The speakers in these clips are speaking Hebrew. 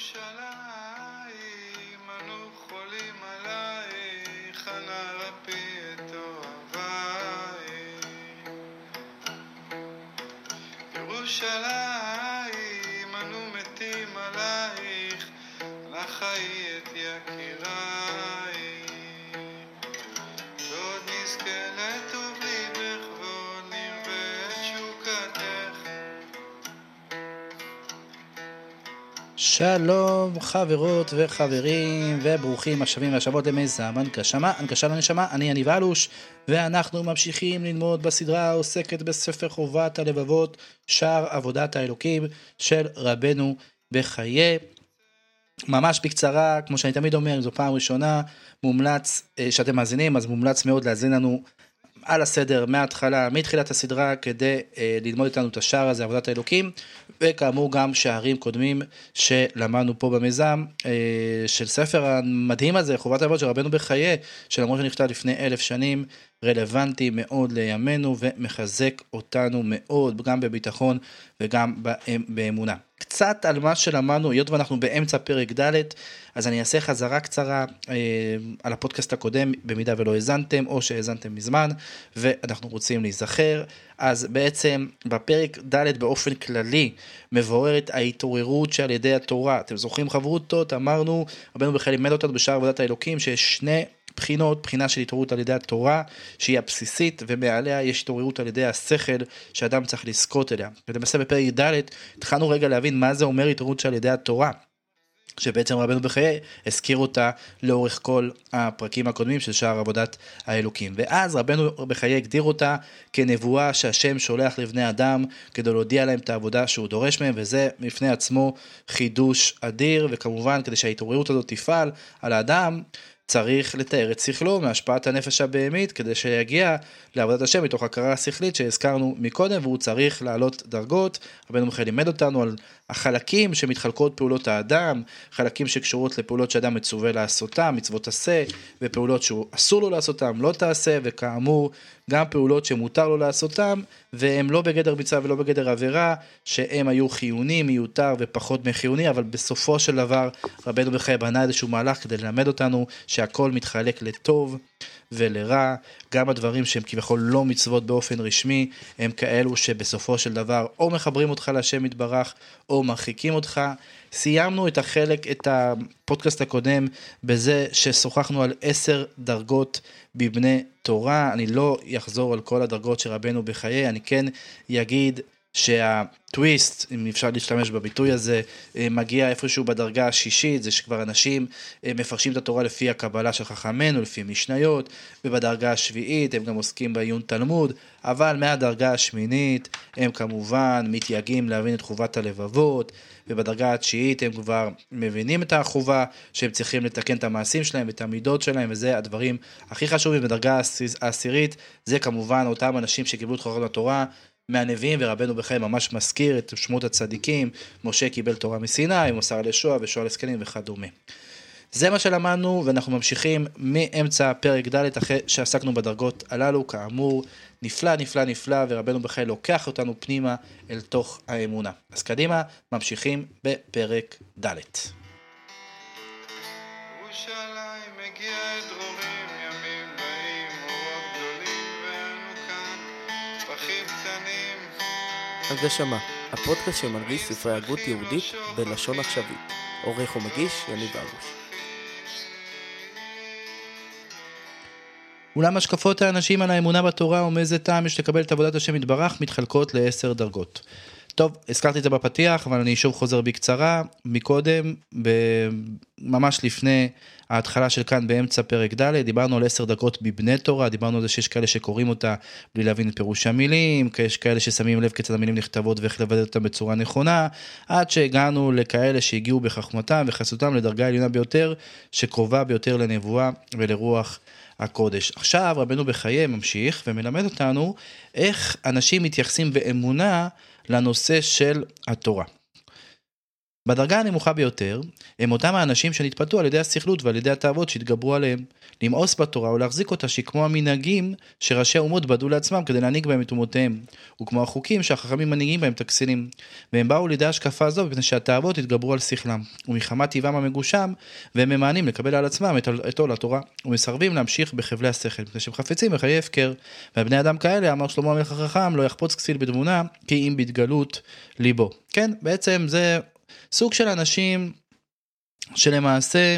ירושלים, אנו חולים עלייך, אנא רפי את אוהבייך. ירושלים, אנו מתים עלייך, אנא חיי את יקירייך. ועוד נזכה לטוב ליבך, ועוד נרבה את שוקתך. שלום חברות וחברים וברוכים השבים והשבות למיזם הנגשה לנשמה. אני יניב אלוש, ואנחנו ממשיכים ללמוד בסדרה העוסקת בספר חובת הלבבות, שער עבודת האלוקים של רבנו בחיי. ממש בקצרה, כמו שאני תמיד אומר, אם זו פעם ראשונה, מומלץ שאתם מאזינים, אז מומלץ מאוד להאזין לנו על הסדר מההתחלה, מתחילת הסדרה, כדי ללמוד איתנו את השער הזה, עבודת האלוקים, וכאמור גם שערים קודמים שלמדנו פה במיזם, של ספר המדהים הזה, חובת הלבבות של רבנו בחיי, שלמרות שנכתב לפני 1000 שנים, רלוונטי מאוד לימינו, ומחזק אותנו מאוד, גם בביטחון וגם באמונה. קצת על מה שלמדנו, היות ואנחנו באמצע פרק ד', אז אני אעשה חזרה קצרה על הפודקאסט הקודם, במידה ולא האזנתם, או שהאזנתם מזמן, ואנחנו רוצים להיזכר. אז בעצם בפרק ד' באופן כללי, מבוארת ההתעוררות שעל ידי התורה. אתם זוכרים חברותות, אמרנו, רבנו בחיי לימד אותנו בשער עבודת האלוקים, שיש שני בחינות, בחינה של התעוררות על ידי התורה, שהיא הבסיסית, ומעליה יש התעוררות על ידי השכל, שאדם צריך לזכות אליה. ולמעשה בפרק ד' התחלנו רגע להבין מה זה אומר התעוררות שעל ידי התורה, שבעצם רבנו בחיי הזכיר אותה לאורך כל הפרקים הקודמים של שער עבודת האלוקים. ואז רבנו בחיי הגדיר אותה כנבואה שהשם שולח לבני אדם כדי להודיע להם את העבודה שהוא דורש מהם, וזה בפני עצמו חידוש אדיר. וכמובן כדי שההתעוררות הזאת תפעל על האדם, צריך לתאר את שכלו מהשפעת הנפש הבהמית, כדי שיגיע לעבודת השם מתוך הכרה השכלית שהזכרנו מקודם, והוא צריך לעלות דרגות. רבנו בחיי לימד אותנו על החלקים שמתחלקות פעולות האדם, חלקים שקשורות לפעולות שאדם מצווה לעשותם, מצוות עשה, ופעולות שהוא אסור לו לעשותם, לא תעשה, וכאמור גם פעולות שמותר לו לעשותם, והם לא בגדר מצווה ולא בגדר עבירה, שהם היו חיונים, מיותר ופחות מחיוני, אבל בסופו של דבר רבנו בחיי בנה איזשהו מהלך כדי ללמד אותנו שהכל מתחלק לטוב ולרע. גם הדברים שהם כביכול לא מצוות באופן רשמי, הם כאלו שבסופו של דבר או מחברים אותך להשם יתברך, או מרחיקים אותך. סיימנו את הפודקאסט הקודם בזה ששוחחנו על 10 דרגות בבני תורה. אני לא אחזור על כל הדרגות של רבנו בחיי, אני כן אגיד שהטוויסט, אם אפשר להשתמש בביטוי הזה, מגיע איפשהו בדרגה השישית, זה שכבר אנשים מפרשים את התורה לפי הקבלה של חכמינו, לפי משניות, ובדרגה השביעית הם גם עוסקים בעיון תלמוד, אבל מהדרגה השמינית הם כמובן מתייגעים להבין את חובת הלבבות, ובדרגה התשיעית הם כבר מבינים את החובה שהם צריכים לתקן את המעשים שלהם ואת המידות שלהם, וזה הדברים הכי חשובים. בדרגה העשירית זה כמובן אותם אנשים שקיבלו את חובת התורה מהנביאים, ורבנו בחיי ממש מזכיר את שמות הצדיקים, משה קיבל תורה מסיני, מוסר על ישוע ושוע לזקנים וכדומה. זה מה שלמדנו, ואנחנו ממשיכים מאמצע פרק ד' אחרי שעסקנו בדרגות הללו. כאמור, נפלא נפלא נפלא, ורבנו בחיי לוקח אותנו פנימה אל תוך האמונה. אז קדימה, ממשיכים בפרק ד'. ירושלים מגיע את דרורים, ימים באים אורות גדולים, ואנו כאן פחים קטנים. הנגשמה, הפודקאסט שמנגיש ספרי הגות יהודית בלשון עכשווית. עורך ומגיש יניב אלוש. אולם השקפות האנשים על האמונה בתורה ומאיזה טעם יש לקבל את עבודת השם יתברך מתחלקות ל10 דרגות. טוב, הזכרתי את זה בפתיח, אבל אני שוב חוזר בקצרה. מקודם, ממש לפני ההתחלה של כאן באמצע פרק ד', דיברנו על 10 דרגות בבני תורה, דיברנו על זה שיש כאלה שקוראים אותה בלי להבין את פירוש המילים, יש כאלה ששמים לב כיצד המילים נכתבות ואיך לבטא אותם בצורה נכונה, עד שהגענו לכאלה שהגיעו בחכמתם וחסותם לדרגה העליונה ביותר, שקרובה ביותר לנבואה ולרוח הקודש. עכשיו רבנו בחיי ממשיך ומלמד אותנו איך אנשים מתייחסים באמונה לנושא של התורה. בדרגה הנמוכה ביותר, הם אותם האנשים שנתפתו על ידי הסכלות ועל ידי התאוות שהתגברו עליהם. למאוס בתורה או להחזיק אותה שכמו המנהגים שראשי האומות בדו לעצמם כדי להנהיג בהם את אומותיהם, וכמו החוקים שהחכמים מנהיגים בהם תקסינים. והם באו לידי השקפה הזו מפני שהתאוות התגברו על שכלם, ומחמת טבעם המגושם, והם ממאנים לקבל על עצמם את עול התורה, ומסרבים להמשיך בחבלי השכל, מפני שהם חפצים בחיי הפקר. והבני אדם כאלה, אמר שלמה המלך החכם, לא יחפוץ כסיל בתבונה, כי אם בהתגלות ליבו. כן, בעצם זה סוג של אנשים שלמעשה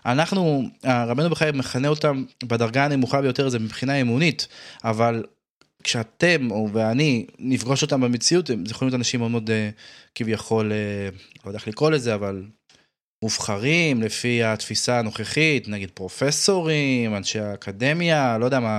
רבנו בחיי מכנה אותם בדרגה הנמוכה ביותר, זה מבחינה אמונית, אבל כשאתם ואני נפגוש אותם במציאות, הם יכולים להיות אנשים מאוד מאוד כביכול, לא יודע איך לקרוא לזה, אבל מובחרים לפי התפיסה הנוכחית, נגיד פרופסורים, אנשי האקדמיה, לא יודע מה,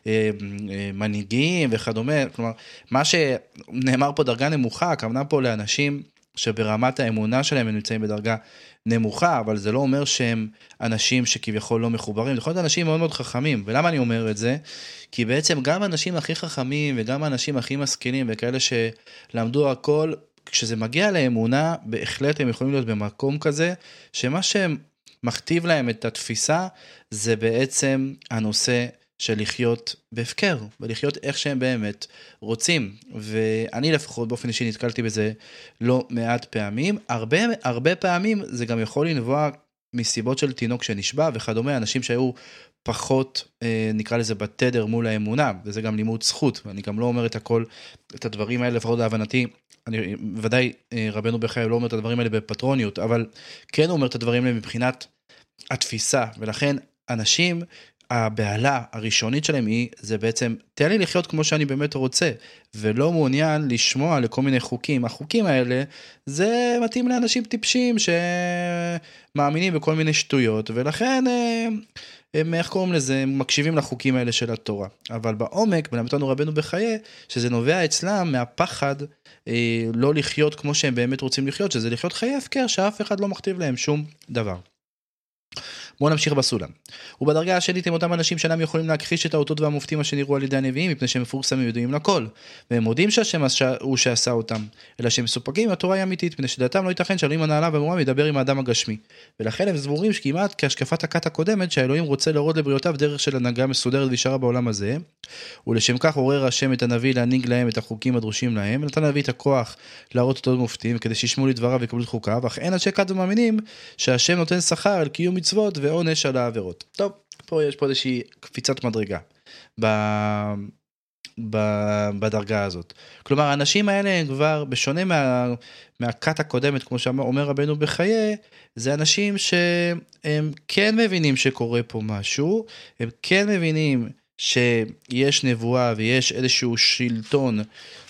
מנהיגים וכדומה, כלומר, מה שנאמר פה דרגה נמוכה, הכוונה פה לאנשים שברמת האמונה שלהם הם נמצאים בדרגה נמוכה, אבל זה לא אומר שהם אנשים שכביכול לא מחוברים, זה יכול להיות אנשים מאוד מאוד חכמים, ולמה אני אומר את זה? כי בעצם גם האנשים הכי חכמים וגם האנשים הכי משכילים וכאלה שלמדו הכל, כשזה מגיע לאמונה, בהחלט הם יכולים להיות במקום כזה, שמה שמכתיב להם את התפיסה, זה בעצם הנושא של לחיות בהפקר, ולחיות איך שהם באמת רוצים, ואני לפחות באופן אישי נתקלתי בזה לא מעט פעמים, הרבה פעמים זה גם יכול לנבוע מסיבות של תינוק שנשבע וכדומה, אנשים שהיו פחות, נקרא לזה בתדר מול האמונה, וזה גם לימוד זכות, ואני גם לא אומר את הכל, את הדברים האלה, לפחות להבנתי, אני ודאי רבנו בחיי לא אומר את הדברים האלה בפטרוניות, אבל כן אומר את הדברים האלה מבחינת התפיסה, ולכן אנשים, הבעלה הראשונית שלהם היא, זה בעצם, תן לי לחיות כמו שאני באמת רוצה, ולא מעוניין לשמוע לכל מיני חוקים. החוקים האלה, זה מתאים לאנשים טיפשים, שמאמינים בכל מיני שטויות, ולכן, הם, איך קוראים לזה, הם מקשיבים לחוקים האלה של התורה. אבל בעומק, מלמד אותנו רבנו בחיי, שזה נובע אצלם מהפחד, לא לחיות כמו שהם באמת רוצים לחיות, שזה לחיות חיי הפקר, שאף אחד לא מכתיב להם שום דבר. בואו נמשיך בסולם. ובדרגה השנית הם אותם אנשים שאינם יכולים להכחיש את האותות והמופתים אשר נראו על ידי הנביאים, מפני שהם מפורסמים וידועים לכל. והם מודים שהשם הוא שעשה אותם, אלא שהם מסופקים, התורה היא אמיתית, מפני שדעתם לא ייתכן שאלוהים הנעלה ואמורם ידבר עם האדם הגשמי. ולכן הם סבורים שכמעט כהשקפת הכת הקודמת, שהאלוהים רוצה להורות לבריאותיו דרך של הנהגה מסודרת וישרה בעולם הזה, ולשם כך עורר השם את הנביא להנהיג להם את החוקים הדרושים להם, ונתן להביא את הכוח להראות אותות ומופתים, כדי שישמעו לדבריו ויקבלו את חוקיו, אך אין אנשי כת ומאמינים שהשם נותן שכר על קיום מצוות ועונש על העבירות. טוב, פה יש פה איזושהי קפיצת מדרגה בדרגה הזאת. כלומר, האנשים האלה הם כבר, בשונה מהכת הקודמת, כמו שאומר רבנו בחיי, זה אנשים שהם כן מבינים שקורה פה משהו, הם כן מבינים שיש נבואה ויש איזשהו שלטון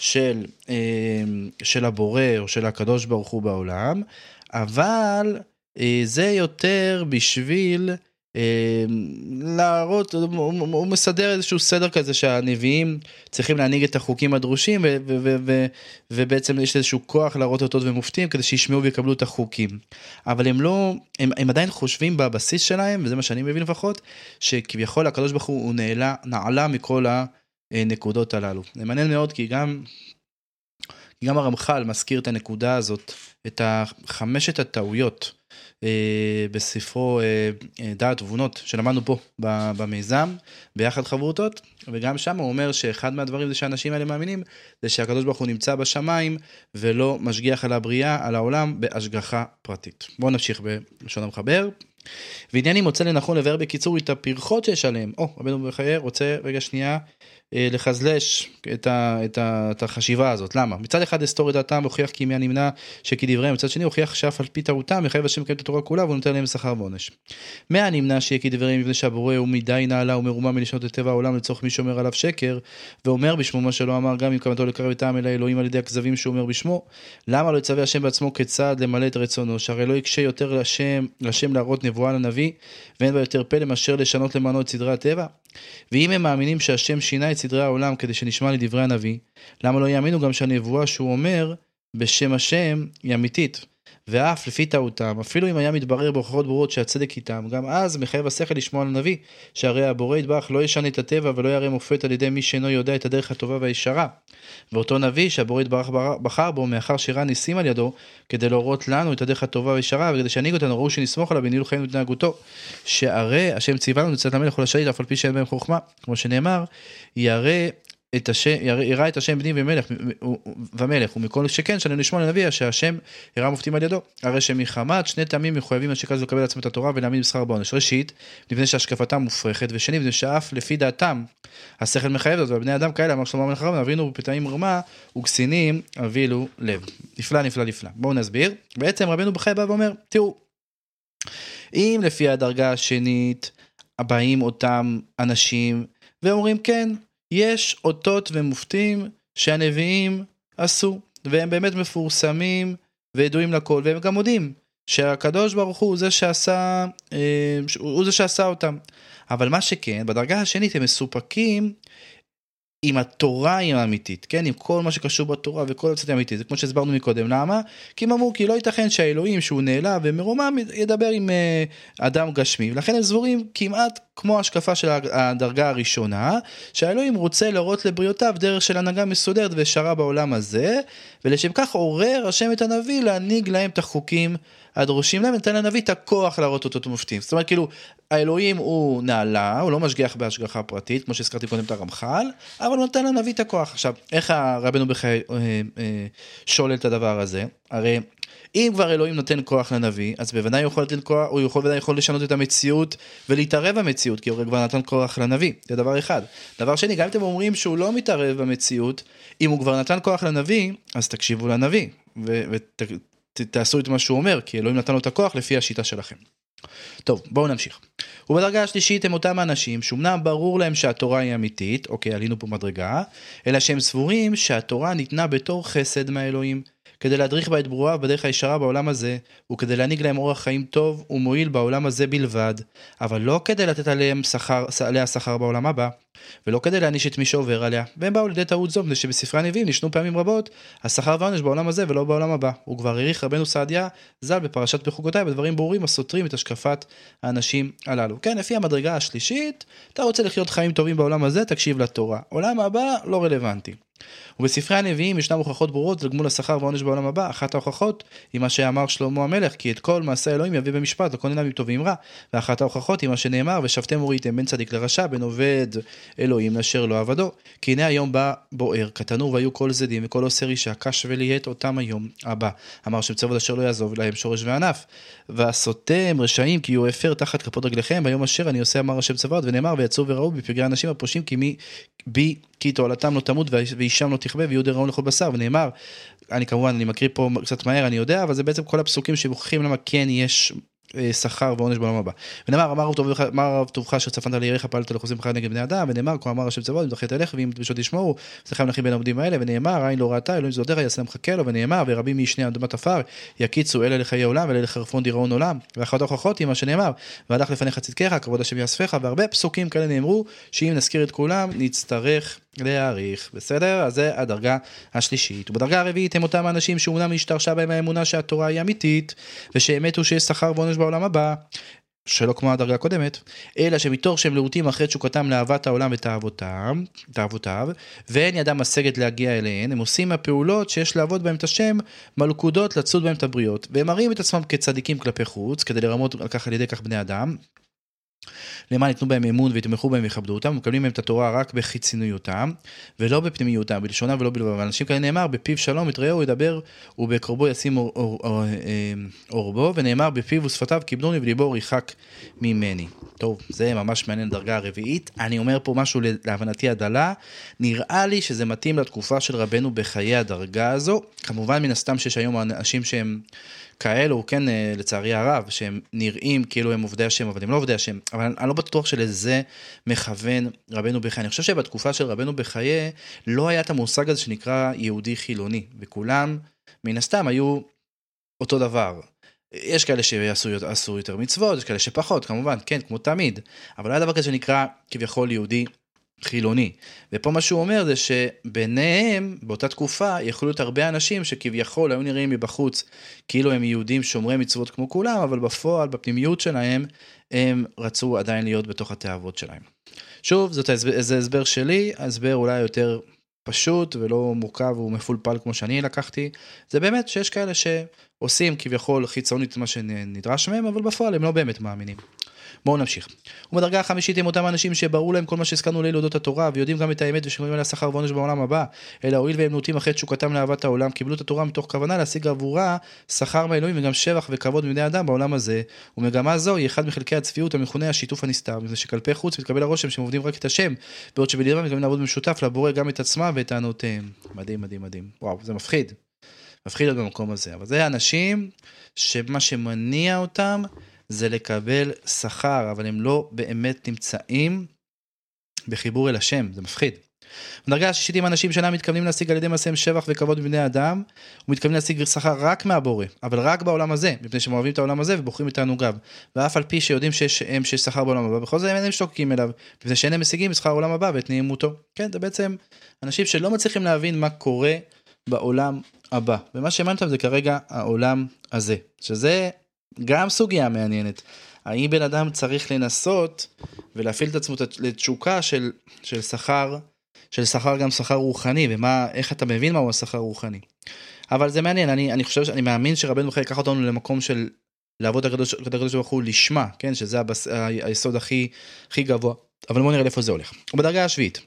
של הבורא או של הקדוש ברוך הוא בעולם, אבל זה יותר בשביל להראות, הוא מסדר איזשהו סדר כזה שהנביאים צריכים להנהיג את החוקים הדרושים ובעצם יש איזשהו כוח להראות אותות ומופתים כדי שישמעו ויקבלו את החוקים, אבל הם לא, הם עדיין חושבים בבסיס שלהם, וזה מה שאני מבין לפחות, שכביכול הקדוש ברוך הוא נעלה מכל הנקודות הללו. זה מעניין מאוד כי גם הרמח"ל מזכיר את הנקודה הזאת, את 5 הטעויות בספרו דעת תבונות שלמדנו פה במיזם ביחד חברותות, וגם שם הוא אומר שאחד מהדברים זה שאנשים האלה מאמינים זה שהקדוש ברוך הוא נמצא בשמיים ולא משגיח על הבריאה, על העולם בהשגחה פרטית. בואו נמשיך בלשון המחבר. וענייני מוצא לנכון לבאר בקיצור את הפרחות שיש עליהם. רבנו בחיי רוצה רגע שנייה לחזלש את החשיבה הזאת. למה? מצד אחד אסתור את דעתם והוכיח כי מי הנמנע שכדבריהם, מצד שני הוכיח שאף על פי טעותם מחייב השם לקיים את התורה כולה והוא נותן להם שכר ועונש. מה הנמנע שיהיה כדבריהם מפני שהבורא הוא מדי נעלה ומרומה מלשנות את טבע העולם לצורך מי שאומר עליו שקר ואומר בשמו מה שלא אמר, גם אם כוונתו לקרב את העם אל האלוהים על ידי הכזבים שהוא אומר בשמו. למה לא יצווה השם בעצמו כיצד למלא את רצונו, שהרי לא יקשה יותר לשם להראות נבואה לנביא ואין בה יותר פלא מאשר לשנות למענו את סדרי הטבע. ואם הם מאמינים שהשם שינה את סדרי העולם כדי שנשמע לדברי הנביא, למה לא יאמינו גם שהנבואה שהוא אומר בשם השם היא אמיתית? ואף לפי טעותם, אפילו אם היה מתברר בהוכחות ברורות שהצדק איתם, גם אז מחייב השכל לשמוע על הנביא, שהרי הבורא יתברך לא ישנה את הטבע ולא יראה מופת על ידי מי שאינו יודע את הדרך הטובה והישרה. ואותו נביא שהבורא יתברך בחר בו, מאחר שראה ניסים על ידו, כדי להורות לנו את הדרך הטובה והישרה, וכדי שנהיג אותנו, ראו שנסמוך עליו בניהול חיים והתנהגותו. שהרי השם ציווה לנו לצאת למלך ולשליט, אף על פי שאין בהם חוכמה, כמו שנאמר, יראה את השם בני ומלך, ומכל שכן שאני נשמע לנביא שהשם יראה מופתים על ידו. הרי שמחמת שני טעמים מחויבים השקע זו לקבל לעצמם את התורה ולהאמין בשכר בעונש. ראשית, מפני שהשקפתם מופרכת, ושני, מפני שאף לפי דעתם השכל מחייב זאת, ובני אדם כאלה, אמר שלמה המלך הרב, אבינו בפתאים רמה וכסינים אבילו לב. נפלא, נפלא, נפלא. בואו נסביר. בעצם רבנו בחי בא ואומר, תראו, אם לפי הדרגה השנית הבאים אותם אנשים ואומרים כן, יש אותות ומופתים שהנביאים עשו, והם באמת מפורסמים וידועים לכל, והם גם מודים שהקדוש ברוך הוא זה שעשה אותם. אבל מה שכן, בדרגה השנית הם מסופקים עם התורה האמיתית, כן? עם כל מה שקשור בתורה וכל הצד האמיתית. זה כמו שהסברנו מקודם. למה? כי הם אמרו, כי לא ייתכן שהאלוהים שהוא נעלה ומרומם ידבר עם אדם גשמי. ולכן הם סבורים כמעט כמו השקפה של הדרגה הראשונה, שהאלוהים רוצה להראות לבריאותיו דרך של הנהגה מסודרת ושרה בעולם הזה, ולשם כך עורר השם את הנביא להנהיג להם את החוקים הדרושים להם, ונתן לנביא את הכוח להראות אותות ומופתים. זאת אומרת, כאילו, האלוהים הוא נעלה, הוא לא משגיח בהשגחה פרטית, כמו שהזכרתי קודם את הרמח"ל, אבל הוא נתן לנביא את הכוח. עכשיו, איך רבנו בחיי שולל את הדבר הזה? הרי אם כבר אלוהים נותן כוח לנביא, אז בוודאי הוא יכול לשנות את המציאות ולהתערב במציאות, כי הוא כבר נתן כוח לנביא. זה דבר אחד. דבר שני, גם אם אתם אומרים שהוא לא מתערב במציאות, אם הוא כבר נתן כוח לנביא, אז תקשיבו לנביא, תעשו את מה שהוא אומר, כי אלוהים נתן לו את הכוח לפי השיטה שלכם. טוב, בואו נמשיך. ובדרגה השלישית הם אותם האנשים שאומנם ברור להם שהתורה היא אמיתית, אוקיי, עלינו פה מדרגה, אלא שהם סבורים שהתורה ניתנה בתור חסד מהאלוהים, כדי להדריך בה את ברואיו בדרך הישרה בעולם הזה, וכדי להנהיג להם אורח חיים טוב ומועיל בעולם הזה בלבד, אבל לא כדי לתת עליה שכר בעולם הבא, ולא כדי להעניש את מי שעובר עליה. והם באו לידי טעות זו, מפני שבספרי הנביאים נשנו פעמים רבות השכר והעונש בעולם הזה ולא בעולם הבא. הוא כבר העריך רבנו סעדיה ז"ל בפרשת בחוקותיי בדברים ברורים הסותרים את השקפת האנשים הללו. כן, לפי המדרגה השלישית, אתה רוצה לחיות חיים טובים בעולם הזה, תקשיב לתורה. עולם הבא לא רלוונטי. ובספרי הנביאים ישנם הוכחות ברורות לגמול השכר והעונש בעולם הבא. אחת ההוכחות היא מה שאמר שלמה המלך, כי את כל מעשה אלוהים יביא במשפט לכל עיניו טוב ואם רע. ואחת ההוכחות היא מה שנאמר, ושפטם וראיתם בין צדיק לרשע, בין עובד אלוהים אשר לא עבדו. כי הנה היום בא בוער, קטנו והיו כל זדים וכל עושר אישה, קש וליהט אותם היום הבא. אמר שמצוות אשר לא יעזוב להם שורש וענף. והסותם רשעים כי הוא הפר תחת כפות רגליכם, ביום אשר אני עושה אמר השם צבאות, ונאמר ויצאו וראו בפגרי אנשים הפושעים כי תועלתם לא תמות ואישם לא תכבה ויהיו דרעון לכל בשר. ונאמר, אני מקריא פה קצת מהר, אני יודע, אבל זה בעצם כל הפסוקים שמוכיחים למה כן יש שכר ועונש בעולם הבא. ונאמר, אמר רב טובך אשר צפנת ליריך פעלת לחוזים חד נגד בני אדם, ונאמר, כה אמר השם צבאות, אם דחית אליך ואם תשעות תשמעו, צריכה מלכים בין העומדים האלה, ונאמר, עין לא ראתה, אלוהים זרועותיך יעשה מחכה לו, ונאמר, ורבים משני אדמת עפר יקיצו אלה לחיי עולם ואלה לחרפון דיראון עולם. ואחת ההוכחות היא מה שנאמר, והלך לפניך צדקך, כבוד השם יאספך, והרבה פסוקים כאלה נאמרו, שאם נזכיר את כולם נצטרך להאריך. בסדר? אז זה הדרגה השלישית. ובדרגה הרביעית הם אותם האנשים שאומנם השתרשה בהם האמונה שהתורה היא אמיתית, ושאמת הוא שיש שכר ועונש בעולם הבא, שלא כמו הדרגה הקודמת, אלא שמתוך שהם להוטים אחרי תשוקתם לאהבת העולם ותאוותיו, ואין ידם משגת להגיע אליהן, הם עושים הפעולות שיש לעבוד בהם את השם, מלכודות לצוד בהם את הבריות, והם מראים את עצמם כצדיקים כלפי חוץ, כדי לרמות על ידי כך בני אדם, למען יתנו בהם אמון ויתמכו בהם ויכבדו אותם, ומקבלים מהם את התורה רק בחיצוניותם, ולא בפנימיותם, בלשונם ולא בלבבם. אנשים כאלה נאמר, בפיו שלום יתראהו ידבר, ובקרבו ישים אורבו, ונאמר, בפיו ושפתיו כיבדוני וליבו ריחק ממני. טוב, זה ממש מעניין דרגה הרביעית. אני אומר פה משהו להבנתי הדלה, נראה לי שזה מתאים לתקופה של רבנו בחיי הדרגה הזו. כמובן מן הסתם שיש היום אנשים שהם כאלו, כן, לצערי הרב, שהם נראים כאילו הם עובדי השם, אבל הם לא עובדי השם, אבל אני לא בטוח שלזה מכוון רבנו בחיי. אני חושב שבתקופה של רבנו בחיי, לא היה את המושג הזה שנקרא יהודי חילוני, וכולם, מן הסתם, היו אותו דבר. יש כאלה שעשו יותר מצוות, יש כאלה שפחות, כמובן, כן, כמו תמיד, אבל לא היה דבר כזה שנקרא כביכול יהודי חילוני. ופה מה שהוא אומר זה שביניהם, באותה תקופה, יכולו להיות הרבה אנשים שכביכול היו נראים מבחוץ, כאילו הם יהודים שומרי מצוות כמו כולם, אבל בפועל, בפנימיות שלהם, הם רצו עדיין להיות בתוך התאוות שלהם. שוב, זה הסבר שלי, הסבר אולי יותר פשוט ולא מורכב ומפולפל כמו שאני לקחתי, זה באמת שיש כאלה שעושים כביכול חיצונית מה שנדרש מהם, אבל בפועל הם לא באמת מאמינים. בואו נמשיך. ובדרגה החמישית הם אותם אנשים שברור להם כל מה שהזכרנו לעיל אודות התורה, ויודעים גם את האמת ושומרים עליה שכר ועונש בעולם הבא, אלא הואיל והם נוטים אחרי תשוקתם לאהבת העולם, קיבלו את התורה מתוך כוונה להשיג עבורה שכר מאלוהים וגם שבח וכבוד מבני אדם בעולם הזה, ומגמה זו היא אחד מחלקי הצפיות המכונה השיתוף הנסתר, מפני שכלפי חוץ מתקבל הרושם שהם עובדים רק את השם, בעוד שבליבם מתכוונים לעבוד במשותף לבורא גם את עצמם ואת טענותיהם. מדהים, מדהים, מדהים. וואו, זה מפחיד. מפחיד במקום הזה. אבל זה אנשים שמה שמניע אותם זה לקבל שכר, אבל הם לא באמת נמצאים בחיבור אל השם, זה מפחיד. בדרגה השישית עם אנשים שאינם מתכוונים להשיג על ידי מעשיהם שבח וכבוד מבני אדם, ומתכוונים להשיג שכר רק מהבורא, אבל רק בעולם הזה, מפני שהם אוהבים את העולם הזה ובוחרים את תענוגיו, ואף על פי שיודעים שיש שכר בעולם הבא, בכל זאת הם שתוקעים אליו, מפני שאינם משיגים שכר העולם הבא ואת נעימותו. כן, זה בעצם אנשים שלא מצליחים להבין מה קורה בעולם הבא, ומה שמעתם זה כרגע העולם הזה, שזה גם סוגיה מעניינת. האם בן אדם צריך לנסות ולהפעיל את עצמו לתשוקה של שכר גם שכר רוחני, איך אתה מבין מהו השכר רוחני. אבל זה מעניין, אני מאמין שרבנו בכלל ייקח אותנו למקום של לעבוד הקדוש ברוך הוא לשמה, כן, שזה היסוד הכי גבוה. אבל בואו נראה לאיפה זה הולך. ובדרגה השביעית,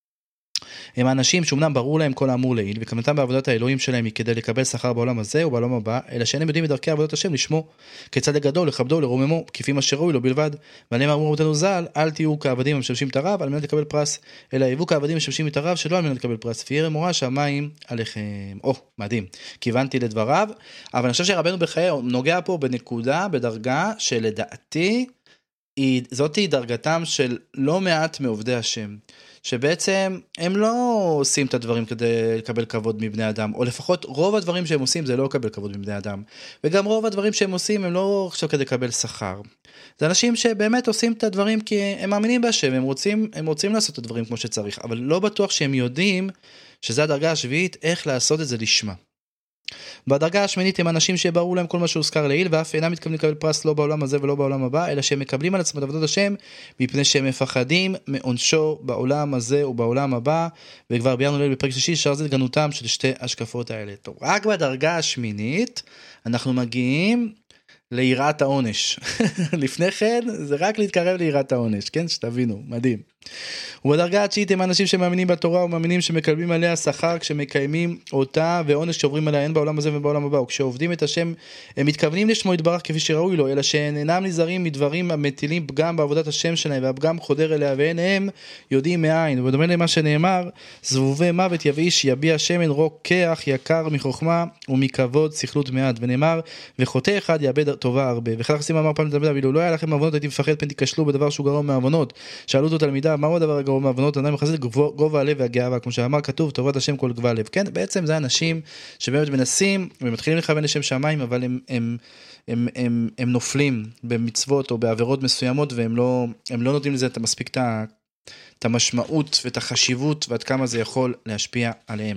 הם האנשים שאומנם ברור להם כל האמור לעיל, וכוונתם בעבודת האלוהים שלהם היא כדי לקבל שכר בעולם הזה ובעולם הבא, אלא שאינם יודעים מדרכי עבודת השם לשמו, כיצד לגדול, לכבדו, לרוממו, כפי מה שראוי לו בלבד. ועליהם אמרו רבותינו ז"ל, אל תהיו כעבדים המשמשים את הרב על מנת לקבל פרס, אלא היוו כעבדים המשמשים את הרב שלא על מנת לקבל פרס, וירא מורא שמיים עליכם. מדהים. כיוונתי לדבריו, אבל אני חושב שרבנו בחיי נוגע פה בנקודה, בדרגה שלדעתי זאת היא דרגתם של לא מעט מעובדי השם, שבעצם הם לא עושים את הדברים כדי לקבל כבוד מבני אדם, או לפחות רוב הדברים שהם עושים זה לא לקבל כבוד מבני אדם, וגם רוב הדברים שהם עושים הם לא עכשיו כדי לקבל שכר. זה אנשים שבאמת עושים את הדברים כי הם מאמינים בהשם, הם רוצים לעשות את הדברים כמו שצריך, אבל לא בטוח שהם יודעים שזה הדרגה השביעית איך לעשות את זה לשמה. בדרגה השמינית הם אנשים שברור להם כל מה שהוזכר לעיל, ואף אינם מתכוונים לקבל פרס לא בעולם הזה ולא בעולם הבא, אלא שהם מקבלים על עצמם את עבודת השם, מפני שהם מפחדים מעונשו בעולם הזה ובעולם הבא, וכבר ביארנו ליל בפרק שלישי, שער זה גנותם של שתי השקפות האלה. טוב, רק בדרגה השמינית אנחנו מגיעים ליראת העונש. לפני כן זה רק להתקרב ליראת העונש, כן? שתבינו, מדהים. ובדרגה התשיעית הם אנשים שמאמינים בתורה ומאמינים שמקבלים עליה שכר כשמקיימים אותה, ועונש שעוברים עליה הן בעולם הזה ובעולם הבא. וכשעובדים את השם הם מתכוונים לשמו יתברך כפי שראוי לו, אלא שאינם נזהרים מדברים המטילים פגם בעבודת השם שלהם, והפגם חודר אליה, ואין הם יודעים מאין. ובדומה למה שנאמר, זבובי מוות יבאיש יביע שמן רוקח יקר מחוכמה ומכבוד שכלות מעט. ונאמר וחוטא אחד יאבד טובה הרבה. וכך עושים אמר פעם לדוד, אילו לא היה לכם עוונות הייתי מפחד פן תיכשלו בדבר שהוא גרוע מהעוונות. שאלו אותו תלמידיו, מהו הדבר הגרוע מהעוונות? אדם מחזק גובה הלב והגאווה, כמו שאמר כתוב תורת השם כל גבה הלב. כן, בעצם זה אנשים שבאמת מנסים ומתחילים לכוון לשם שמיים, אבל הם נופלים במצוות או בעבירות מסוימות, והם לא נותנים לזה מספיק את המשמעות ואת החשיבות ועד כמה זה יכול להשפיע עליהם.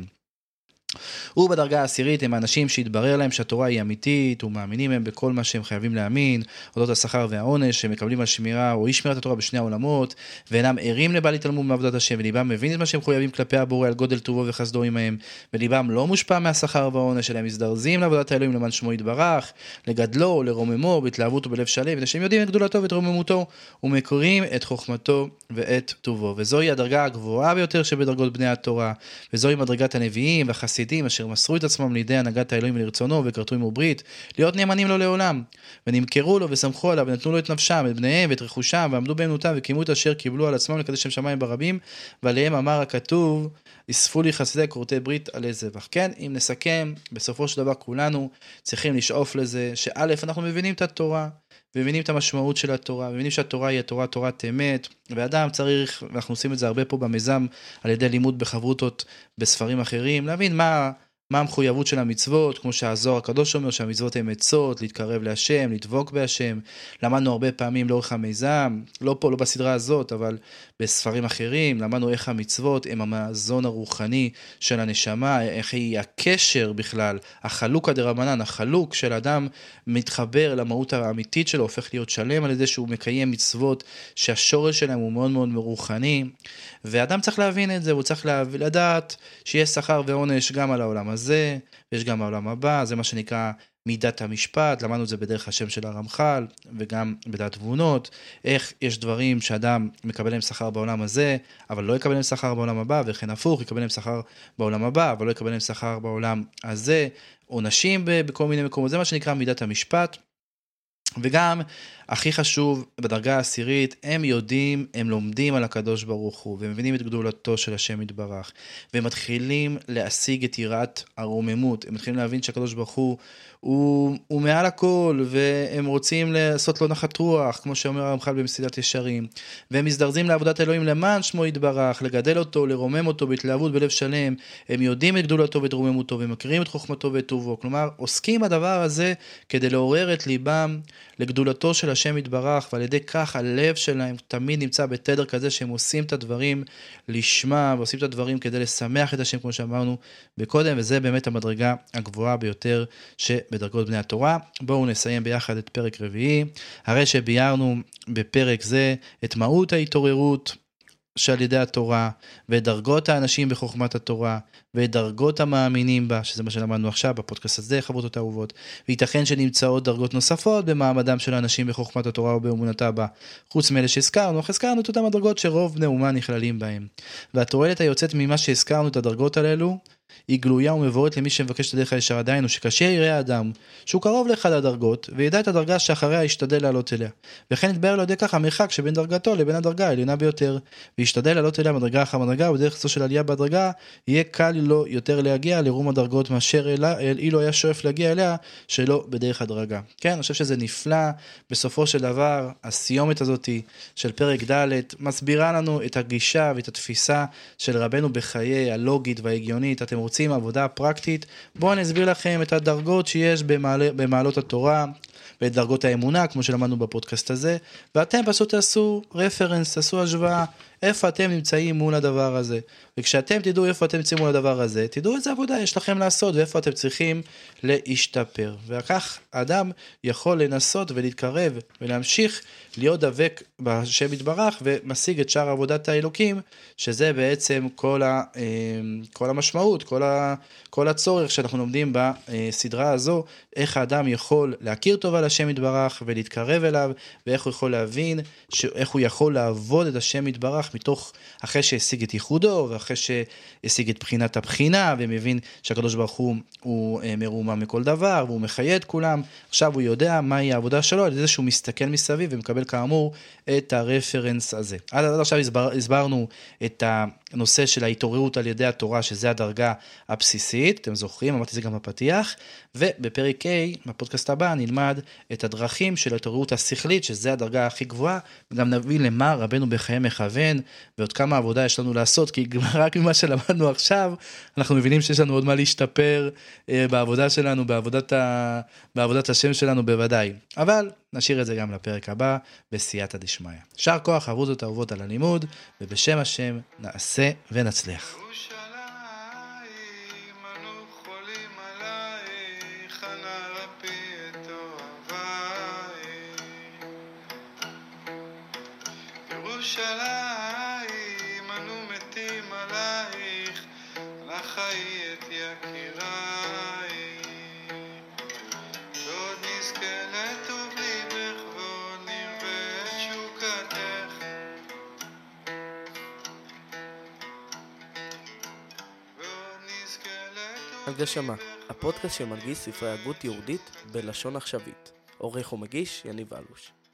ובדרגה העשירית הם האנשים שהתברר להם שהתורה היא אמיתית ומאמינים הם בכל מה שהם חייבים להאמין, אודות השכר והעונש שהם מקבלים על שמירה או אי שמירת התורה בשני העולמות, ואינם ערים לבעל התעלמות מעבודת השם, וליבם מבין את מה שהם חייבים כלפי הבורא על גודל טובו וחסדו עמהם, וליבם לא מושפע מהשכר והעונש, אלא הם מזדרזים לעבודת האלוהים למען שמו יתברך, לגדלו, לרוממו, בהתלהבות ובלב שלם, ושהם יודעים את גדולתו ואת רוממותו ומקרים את חוכמתו ואת טובו. וזוהי הדרגה הגבוהה ביותר שבדרגות בני התורה, וזוהי מדרגת הנביאים והחסידים אשר מסרו את עצמם לידי הנהגת האלוהים ולרצונו וכרתו עמו ברית, להיות נאמנים לו לעולם, ונמכרו לו וסמכו עליו ונתנו לו את נפשם, את בניהם ואת רכושם, ועמדו באמונתם וקיימו את אשר קיבלו על עצמם לקדש שם שמיים ברבים, ועליהם אמר הכתוב, אספו לי חסידי כורתי ברית עלי זבח. כן, אם נסכם, בסופו של דבר כולנו צריכים לשאוף לזה, שא' אנחנו מבינים את התורה, ומבינים את המשמעות של התורה, ומבינים שהתורה היא התורה, תורת אמת, ואדם צריך, ואנחנו עושים את זה הרבה פה במיזם, על ידי לימוד בחברותות בספרים אחרים, להבין מה המחויבות של המצוות, כמו שהזוהר הקדוש אומר שהמצוות הן עצות, להתקרב להשם, לדבוק בהשם. למדנו הרבה פעמים לאורך המיזם, לא פה, לא בסדרה הזאת, אבל בספרים אחרים, למדנו איך המצוות הם המזון הרוחני של הנשמה, איך היא הקשר בכלל, החלוק דרבנן, החלוק של אדם מתחבר למהות האמיתית שלו, הופך להיות שלם על ידי שהוא מקיים מצוות שהשורש שלהם הוא מאוד מאוד רוחני, ואדם צריך להבין את זה, הוא צריך לדעת שיש שכר ועונש גם על העולם הזה, ויש גם העולם הבא, זה מה שנקרא מידת המשפט, למדנו את זה בדרך השם של הרמח"ל, וגם בדעת תבונות, איך יש דברים שאדם מקבל להם שכר בעולם הזה, אבל לא יקבל להם שכר בעולם הבא, וכן הפוך, יקבל להם שכר בעולם הבא, אבל לא יקבל להם שכר בעולם הזה, עונשים בכל מיני מקומות, זה מה שנקרא מידת המשפט, וגם, הכי חשוב, בדרגה העשירית, הם יודעים, הם לומדים על הקדוש ברוך הוא, והם מבינים את גדולתו של השם יתברך, והם מתחילים להשיג את יראת הרוממות, הם מתחילים להבין שהקדוש ברוך הוא מעל הכל, והם רוצים לעשות לו נחת רוח, כמו שאומר הרמח"ל במסילת ישרים, והם מזדרזים לעבודת אלוהים למען שמו יתברך, לגדל אותו, לרומם אותו בהתלהבות בלב שלם, הם יודעים את גדולתו ואת רוממותו, ומכירים את חוכמתו ואת טובו, כלומר, עוסקים בדבר הזה כדי לעורר את ליבם לגדולתו של השם יתברך, ועל ידי כך הלב שלהם תמיד נמצא בתדר כזה שהם עושים את הדברים לשמה, ועושים את הדברים כדי לשמח את השם, כמו שאמרנו בקודם, וזה באמת המדרגה הגבוהה ביותר שבדרגות בני התורה. בואו נסיים ביחד את פרק רביעי, הרי שביארנו בפרק זה את מהות ההתעוררות שעל ידי התורה, ואת דרגות האנשים בחוכמת התורה, ואת דרגות המאמינים בה, שזה מה שלמדנו עכשיו בפודקאסט הזה, חברות האהובות, וייתכן שנמצאות דרגות נוספות במעמדם של האנשים בחוכמת התורה ובאמונתה בה, חוץ מאלה שהזכרנו, אך הזכרנו את אותם הדרגות שרוב בני אומה נכללים בהם. והתועלת היוצאת ממה שהזכרנו את הדרגות הללו, היא גלויה ומבוארת למי שמבקש את הדרך הישר, דהיינו שכאשר יראה האדם שהוא קרוב לאחד הדרגות וידע את הדרגה שאחריה ישתדל לעלות אליה, וכן יתבהר לו ידי כך המרחק שבין דרגתו לבין הדרגה העליונה ביותר, וישתדל לעלות אליה מדרגה אחר מדרגה, ובדרך זו של עלייה בדרגה יהיה קל לו יותר להגיע לרום הדרגות מאשר אילו היה שואף להגיע אליה שלא בדרך הדרגה. כן, אני חושב שזה נפלא. בסופו של דבר הסיומת הזאת של פרק ד' מסבירה לנו את הגישה ואת התפיסה של רבנו בחיי הלוגית וההגיונית. אתם רוצים עבודה פרקטית, בואו אני אסביר לכם את הדרגות שיש במעלות התורה, ואת דרגות האמונה, כמו שלמדנו בפודקאסט הזה, ואתם פשוט תעשו רפרנס, תעשו השוואה, איפה אתם נמצאים מול הדבר הזה. וכשאתם תדעו איפה אתם נמצאים מול הדבר הזה, תדעו איזה עבודה יש לכם לעשות, ואיפה אתם צריכים להשתפר. וכך האדם יכול לנסות ולהתקרב, ולהמשיך להיות דבק בשם יתברך, ומשיג את שאר עבודת האלוקים, שזה בעצם כל המשמעות, כל הצורך שאנחנו לומדים בסדרה הזו, איך האדם יכול להכיר טוב על השם יתברך, ולהתקרב אליו, ואיך הוא יכול להבין, איך הוא יכול לעבוד את השם יתברך, מתוך אחרי שהשיג את ייחודו, ואחרי שהשיג את בחינת הבחינה, ומבין שהקדוש ברוך הוא מרומם מכל דבר, והוא מחיה את כולם. עכשיו הוא יודע מהי העבודה שלו, על ידי שהוא מסתכל מסביב, ומקבל כאמור את הרפרנס הזה. עד עכשיו הסברנו את הנושא של ההתעוררות על ידי התורה, שזה הדרגה הבסיסית, אתם זוכרים, אמרתי זה גם בפתיח, ובפרק A, בפודקאסט הבא, נלמד את הדרכים של ההתעוררות השכלית, שזה הדרגה הכי גבוהה, וגם נבין למה רבנו בחיי מכוון, ועוד כמה עבודה יש לנו לעשות, כי רק ממה שלמדנו עכשיו, אנחנו מבינים שיש לנו עוד מה להשתפר בעבודה שלנו, בעבודת השם שלנו בוודאי. אבל נשאיר את זה גם לפרק הבא, בסייעתא דשמיא. שר כוח, עבודות אהובות על הלימוד, ובשם השם נעשה ונצליח. ירושלים, אנו חולים עלייך, אנא רפי את אוהבייך. ירושלים, אנו מתים עלייך, אנא חיי את יקירייך. ועוד נזכה לטוב ליבך, ועוד נרווה את שוקתך. ועוד נזכה לטוב הגשמה, הפודקאסט שמנגיש ספרי הגות יהודית בלשון עכשווית. עורך ומגיש יניב אלוש.